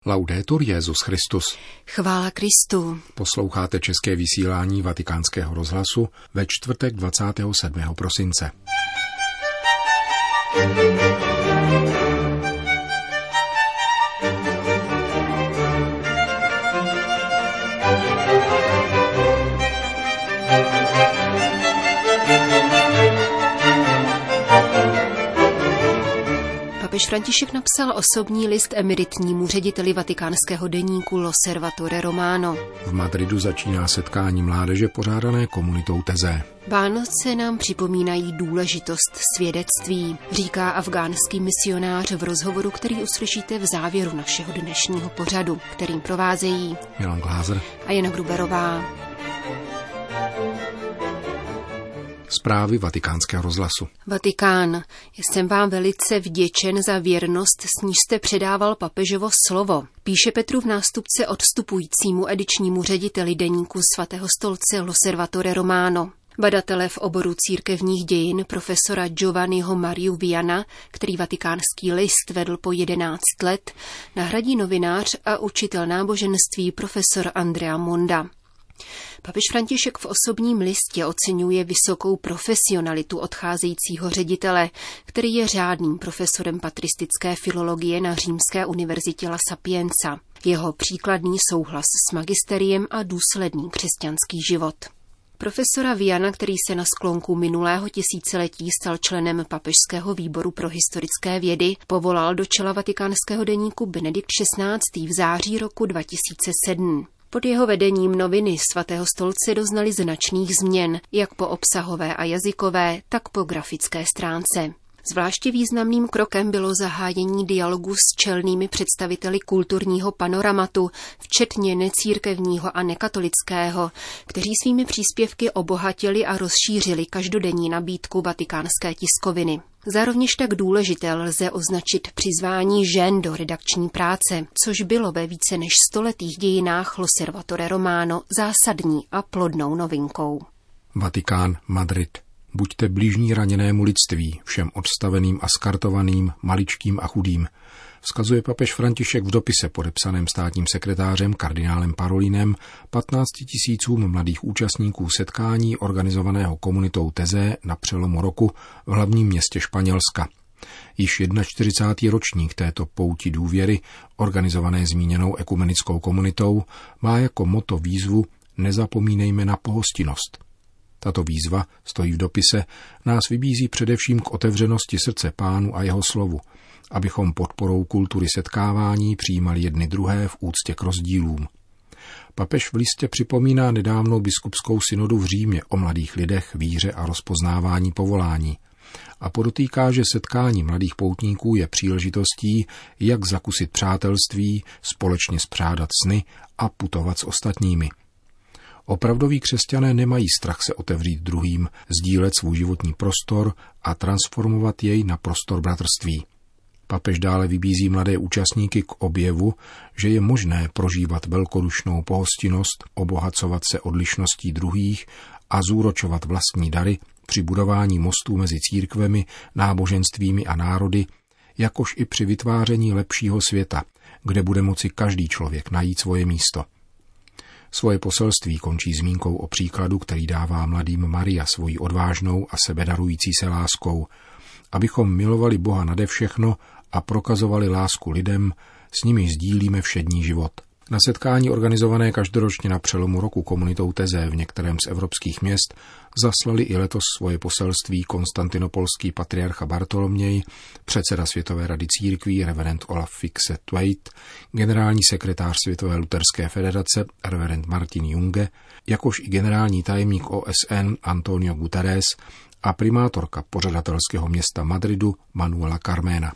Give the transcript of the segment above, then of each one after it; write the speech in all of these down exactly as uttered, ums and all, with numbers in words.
Laudetur Jesus Christus. Chvála Kristu. Posloucháte české vysílání Vatikánského rozhlasu ve čtvrtek dvacátého sedmého prosince. Papež František napsal osobní list emeritnímu řediteli vatikánského deníku L'Osservatore Romano. V Madridu začíná setkání mládeže pořádané komunitou Teze. Vánoce nám připomínají důležitost svědectví, říká afgánský misionář v rozhovoru, který uslyšíte v závěru našeho dnešního pořadu, kterým provázejí Milan Glázer a Jana Gruberová. Zprávy Vatikánského rozhlasu. Vatikán. Jsem vám velice vděčen za věrnost, s níž jste předával papežovo slovo, píše Petrův nástupce odstupujícímu edičnímu řediteli deníku svatého stolce L'Osservatore Romano. Badatelé v oboru církevních dějin profesora Giovanniho Mariu Viana, který vatikánský list vedl po jedenáct let, nahradí novinář a učitel náboženství profesor Andrea Monda. Papež František v osobním listě oceňuje vysokou profesionalitu odcházejícího ředitele, který je řádným profesorem patristické filologie na Římské univerzitě La Sapienza. Jeho příkladný souhlas s magisteriem a důsledný křesťanský život. Profesora Viana, který se na sklonku minulého tisíciletí stal členem Papežského výboru pro historické vědy, povolal do čela vatikánského deníku Benedikt šestnáctý v září roku dva tisíce sedm. Pod jeho vedením noviny svatého stolce doznaly značných změn, jak po obsahové a jazykové, tak po grafické stránce. Zvláště významným krokem bylo zahájení dialogu s čelnými představiteli kulturního panoramatu, včetně necírkevního a nekatolického, kteří svými příspěvky obohatili a rozšířili každodenní nabídku vatikánské tiskoviny. Za rovněž tak důležité lze označit přizvání žen do redakční práce, což bylo ve více než stoletých dějinách L'Osservatore Romano zásadní a plodnou novinkou. Vatikán, Madrid. Buďte blížní raněnému lidství, všem odstaveným a skartovaným, maličkým a chudým, vzkazuje papež František v dopise podepsaném státním sekretářem kardinálem Parolinem patnácti tisícům mladých účastníků setkání organizovaného komunitou Teze na přelomu roku v hlavním městě Španělska. Již čtyřicátý ročník této pouti důvěry, organizované zmíněnou ekumenickou komunitou, má jako motto výzvu Nezapomínejme na pohostinnost. Tato výzva, stojí v dopise, nás vybízí především k otevřenosti srdce Pánu a jeho slovu, abychom podporou kultury setkávání přijímali jedny druhé v úctě k rozdílům. Papež v listě připomíná nedávnou biskupskou synodu v Římě o mladých lidech, víře a rozpoznávání povolání a podotýká, že setkání mladých poutníků je příležitostí, jak zakusit přátelství, společně spřádat sny a putovat s ostatními. Opravdoví křesťané nemají strach se otevřít druhým, sdílet svůj životní prostor a transformovat jej na prostor bratrství. Papež dále vybízí mladé účastníky k objevu, že je možné prožívat velkodušnou pohostinnost, obohacovat se odlišností druhých a zúročovat vlastní dary při budování mostů mezi církvemi, náboženstvími a národy, jakož i při vytváření lepšího světa, kde bude moci každý člověk najít svoje místo. Svoje poselství končí zmínkou o příkladu, který dává mladým Maria svojí odvážnou a sebedarující se láskou, abychom milovali Boha nade všechno a prokazovali lásku lidem, s nimi sdílíme všední život. Na setkání organizované každoročně na přelomu roku komunitou Teze v některém z evropských měst zaslali i letos svoje poselství konstantinopolský patriarcha Bartoloměj, předseda Světové rady církví reverend Olaf Fixet-Waite, generální sekretář Světové luterské federace reverend Martin Junge, jakož i generální tajemník O S N Antonio Guterres a primátorka pořadatelského města Madridu Manuela Carmena.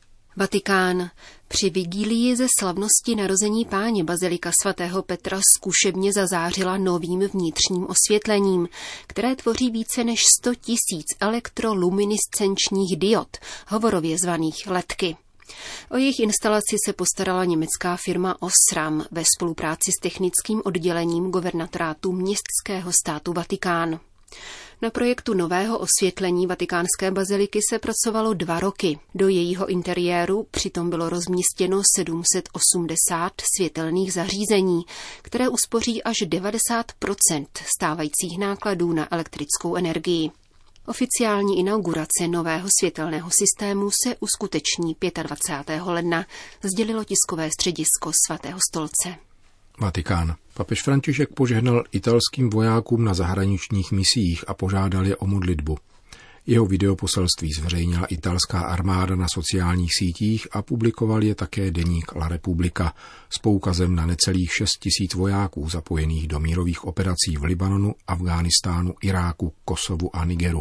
Vatikán. Při vigílii ze slavnosti narození Páně bazilika svatého Petra zkušebně zazářila novým vnitřním osvětlením, které tvoří více než sto tisíc elektroluminiscenčních diod, hovorově zvaných ledky. O jejich instalaci se postarala německá firma Osram ve spolupráci s technickým oddělením guvernatorátu městského státu Vatikán. Na projektu nového osvětlení vatikánské baziliky se pracovalo dva roky. Do jejího interiéru přitom bylo rozmístěno sedm set osmdesát světelných zařízení, které uspoří až devadesát procent stávajících nákladů na elektrickou energii. Oficiální inaugurace nového světelného systému se uskuteční dvacátého pátého ledna, sdělilo tiskové středisko Svatého stolce. Vatikán. Papež František požehnal italským vojákům na zahraničních misiích a požádal je o modlitbu. Jeho videoposelství zveřejnila italská armáda na sociálních sítích a publikoval je také deník La Repubblica s poukazem na necelých šest tisíc vojáků zapojených do mírových operací v Libanonu, Afghánistánu, Iráku, Kosovu a Nigeru.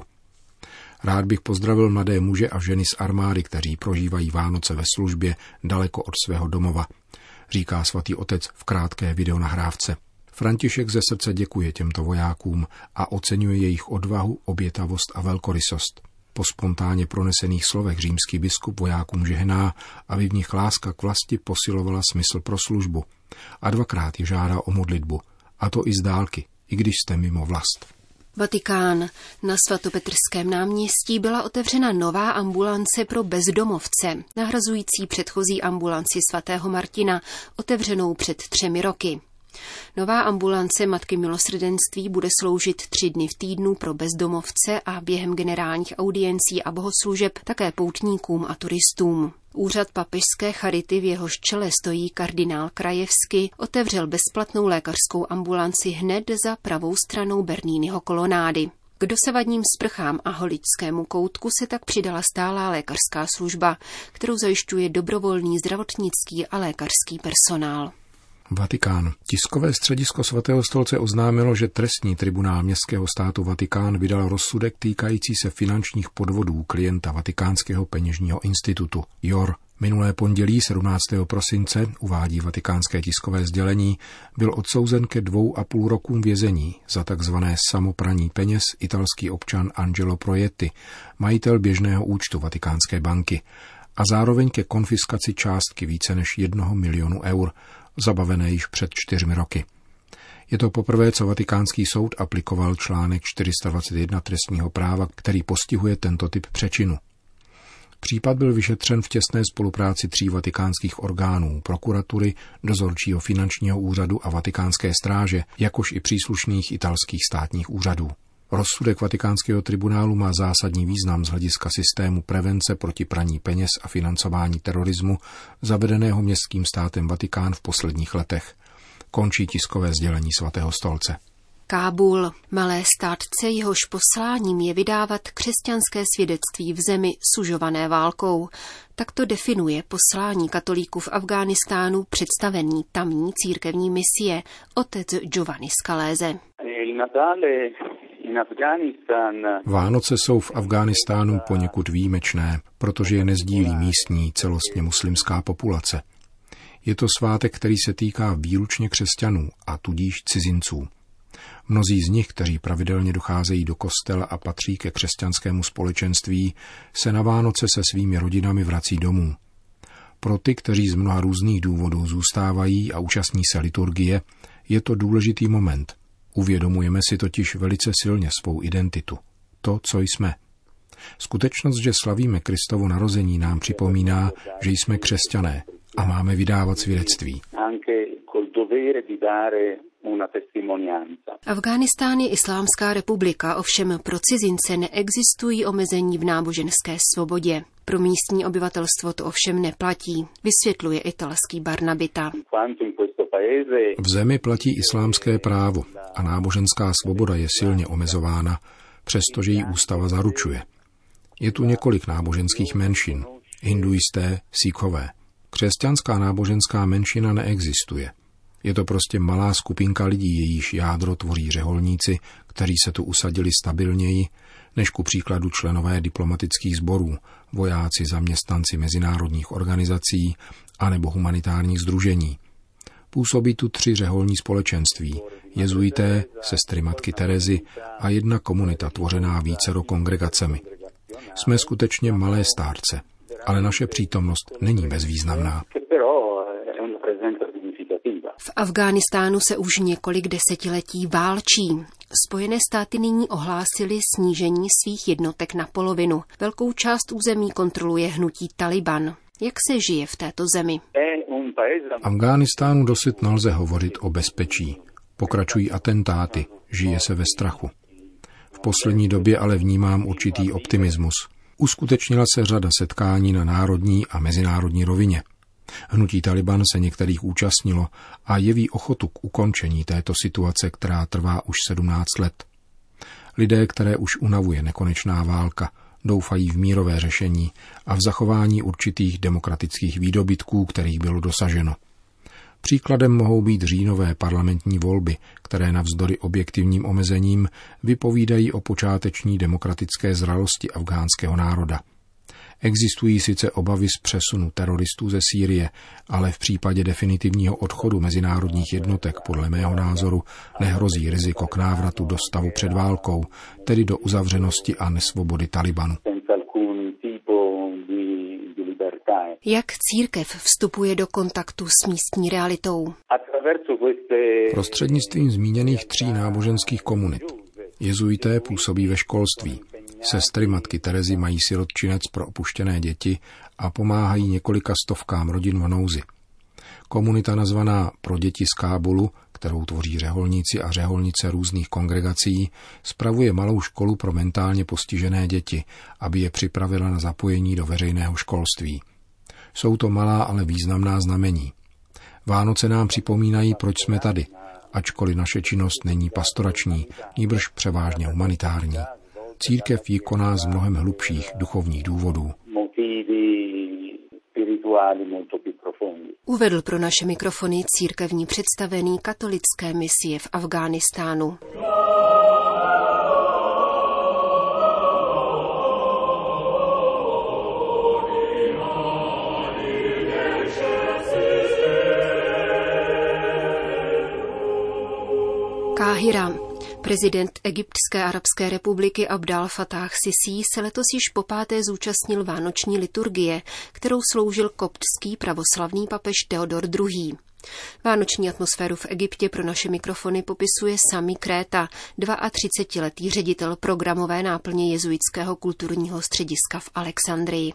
Rád bych pozdravil mladé muže a ženy z armády, kteří prožívají Vánoce ve službě daleko od svého domova, říká svatý otec v krátké videonahrávce. František ze srdce děkuje těmto vojákům a oceňuje jejich odvahu, obětavost a velkorysost. Po spontánně pronesených slovech římský biskup vojákům žehná, aby v nich láska k vlasti posilovala smysl pro službu. A dvakrát je žádá o modlitbu, a to i z dálky, i když jste mimo vlast. Vatikán. Na svatopetrském náměstí byla otevřena nová ambulance pro bezdomovce, nahrazující předchozí ambulanci svatého Martina, otevřenou před třemi roky. Nová ambulance Matky milosrdenství bude sloužit tři dny v týdnu pro bezdomovce a během generálních audiencí a bohoslužeb také poutníkům a turistům. Úřad papežské charity, v jehož čele stojí kardinál Krajevsky, otevřel bezplatnou lékařskou ambulanci hned za pravou stranou Berniniho kolonády. K dosavadním sprchám a holičskému koutku se tak přidala stálá lékařská služba, kterou zajišťuje dobrovolný zdravotnický a lékařský personál. Vatikán. Tiskové středisko Svatého stolce oznámilo, že trestní tribunál městského státu Vatikán vydal rozsudek týkající se finančních podvodů klienta Vatikánského peněžního institutu I O R. Minulé pondělí sedmnáctého prosince, uvádí vatikánské tiskové sdělení, byl odsouzen ke dvou a půl rokům vězení za takzvané samopraní peněz italský občan Angelo Proietti, majitel běžného účtu Vatikánské banky, a zároveň ke konfiskaci částky více než jednoho milionu eur, zabavené již před čtyřmi roky. Je to poprvé, co vatikánský soud aplikoval článek čtyři sta dvacet jedna trestního práva, který postihuje tento typ přečinu. Případ byl vyšetřen v těsné spolupráci tří vatikánských orgánů, prokuratury, dozorčího finančního úřadu a vatikánské stráže, jakož i příslušných italských státních úřadů. Rozsudek vatikánského tribunálu má zásadní význam z hlediska systému prevence proti praní peněz a financování terorismu, zavedeného městským státem Vatikán v posledních letech. Končí tiskové sdělení Svatého stolce. Kábul, malé státce, jehož posláním je vydávat křesťanské svědectví v zemi sužované válkou. Tak to definuje poslání katolíků v Afghánistánu představený tamní církevní misie otec Giovanni Scalese. Vánoce jsou v Afghánistánu poněkud výjimečné, protože je nezdílí místní celostně muslimská populace. Je to svátek, který se týká výlučně křesťanů a tudíž cizinců. Mnozí z nich, kteří pravidelně docházejí do kostela a patří ke křesťanskému společenství, se na Vánoce se svými rodinami vrací domů. Pro ty, kteří z mnoha různých důvodů zůstávají a účastní se liturgie, je to důležitý moment. Uvědomujeme si totiž velice silně svou identitu, to, co jsme. Skutečnost, že slavíme Kristovo narození, nám připomíná, že jsme křesťané a máme vydávat svědectví. Afghánistán je islámská republika, ovšem pro cizince neexistují omezení v náboženské svobodě. Pro místní obyvatelstvo to ovšem neplatí, vysvětluje italský Barnabita. V zemi platí islámské právo a náboženská svoboda je silně omezována, přestože ji ústava zaručuje. Je tu několik náboženských menšin, hinduisté, síkhové. Křesťanská náboženská menšina neexistuje. Je to prostě malá skupinka lidí, jejíž jádro tvoří řeholníci, kteří se tu usadili stabilněji, než ku příkladu členové diplomatických sborů, vojáci, zaměstnanci mezinárodních organizací anebo humanitárních sdružení. Působí tu tři řeholní společenství, jezuité, sestry matky Terezy a jedna komunita tvořená vícero kongregacemi. Jsme skutečně malé stárce, ale naše přítomnost není bezvýznamná. V Afghánistánu se už několik desetiletí válčí. Spojené státy nyní ohlásily snížení svých jednotek na polovinu. Velkou část území kontroluje hnutí Taliban. Jak se žije v této zemi? V Afghánistánu dosud nelze hovořit o bezpečí. Pokračují atentáty, žije se ve strachu. V poslední době ale vnímám určitý optimismus. Uskutečnila se řada setkání na národní a mezinárodní rovině. Hnutí Taliban se některých účastnilo a jeví ochotu k ukončení této situace, která trvá už sedmnáct let. Lidé, které už unavuje nekonečná válka, doufají v mírové řešení a v zachování určitých demokratických výdobytků, kterých bylo dosaženo. Příkladem mohou být říjnové parlamentní volby, které navzdory objektivním omezením vypovídají o počáteční demokratické zralosti afghánského národa. Existují sice obavy z přesunu teroristů ze Sýrie, ale v případě definitivního odchodu mezinárodních jednotek podle mého názoru nehrozí riziko k návratu do stavu před válkou, tedy do uzavřenosti a nesvobody Talibanu. Jak církev vstupuje do kontaktu s místní realitou? Prostřednictvím zmíněných tří náboženských komunit. Jezuité působí ve školství. Sestry matky Terezy mají sirotčinec pro opuštěné děti a pomáhají několika stovkám rodin v nouzi. Komunita nazvaná Pro děti z Kábulu, kterou tvoří řeholníci a řeholnice různých kongregací, spravuje malou školu pro mentálně postižené děti, aby je připravila na zapojení do veřejného školství. Jsou to malá, ale významná znamení. Vánoce nám připomínají, proč jsme tady, ačkoliv naše činnost není pastorační, nýbrž převážně humanitární. Církev ji koná z mnohem hlubších duchovních důvodů. Uvedl pro naše mikrofony církevní představený katolické misie v Afghánistánu. Káhira. Prezident Egyptské arabské republiky Abdel Fattah Sisí se letos již popáté zúčastnil vánoční liturgie, kterou sloužil koptský pravoslavný papež Theodor druhý. Vánoční atmosféru v Egyptě pro naše mikrofony popisuje Sami Kréta, třicetiletý ředitel programové náplně jezuitského kulturního střediska v Alexandrii.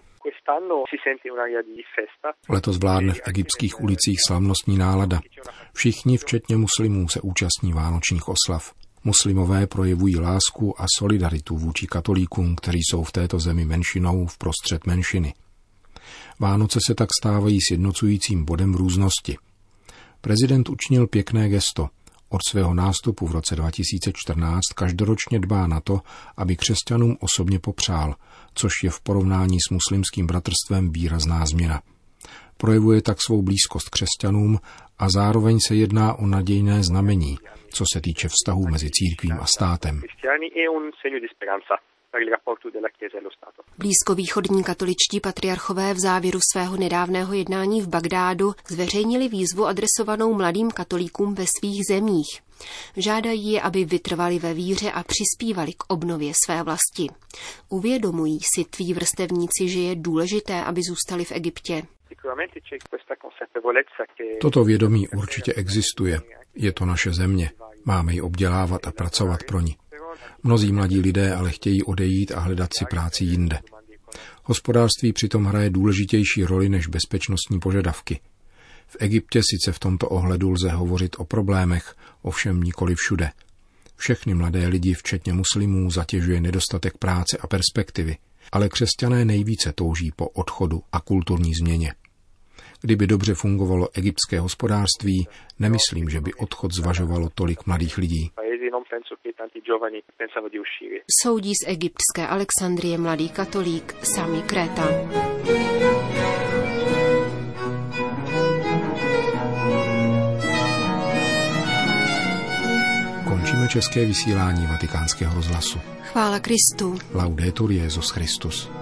Letos vládne v egyptských ulicích slavnostní nálada. Všichni, včetně muslimů, se účastní vánočních oslav. Muslimové projevují lásku a solidaritu vůči katolíkům, kteří jsou v této zemi menšinou vprostřed menšiny. Vánoce se tak stávají sjednocujícím bodem v různosti. Prezident učinil pěkné gesto. Od svého nástupu v roce dva tisíce čtrnáct každoročně dbá na to, aby křesťanům osobně popřál, což je v porovnání s muslimským bratrstvem výrazná změna. Projevuje tak svou blízkost křesťanům a zároveň se jedná o nadějné znamení, co se týče vztahů mezi církvím a státem. Blízkovýchodní katoličtí patriarchové v závěru svého nedávného jednání v Bagdádu zveřejnili výzvu adresovanou mladým katolíkům ve svých zemích. Žádají je, aby vytrvali ve víře a přispívali k obnově své vlasti. Uvědomují si tví vrstevníci, že je důležité, aby zůstali v Egyptě. Toto vědomí určitě existuje. Je to naše země. Máme ji obdělávat a pracovat pro ni. Mnozí mladí lidé ale chtějí odejít a hledat si práci jinde. Hospodářství přitom hraje důležitější roli než bezpečnostní požadavky. V Egyptě sice v tomto ohledu lze hovořit o problémech, ovšem nikoli všude. Všechny mladé lidi, včetně muslimů, zatěžuje nedostatek práce a perspektivy, ale křesťané nejvíce touží po odchodu a kulturní změně. Kdyby dobře fungovalo egyptské hospodářství, nemyslím, že by odchod zvažovalo tolik mladých lidí. Soudí z egyptské Alexandrie mladý katolík Sami Kréta. Končíme české vysílání Vatikánského rozhlasu. Chvála Kristu. Laudetur Jesus Christus.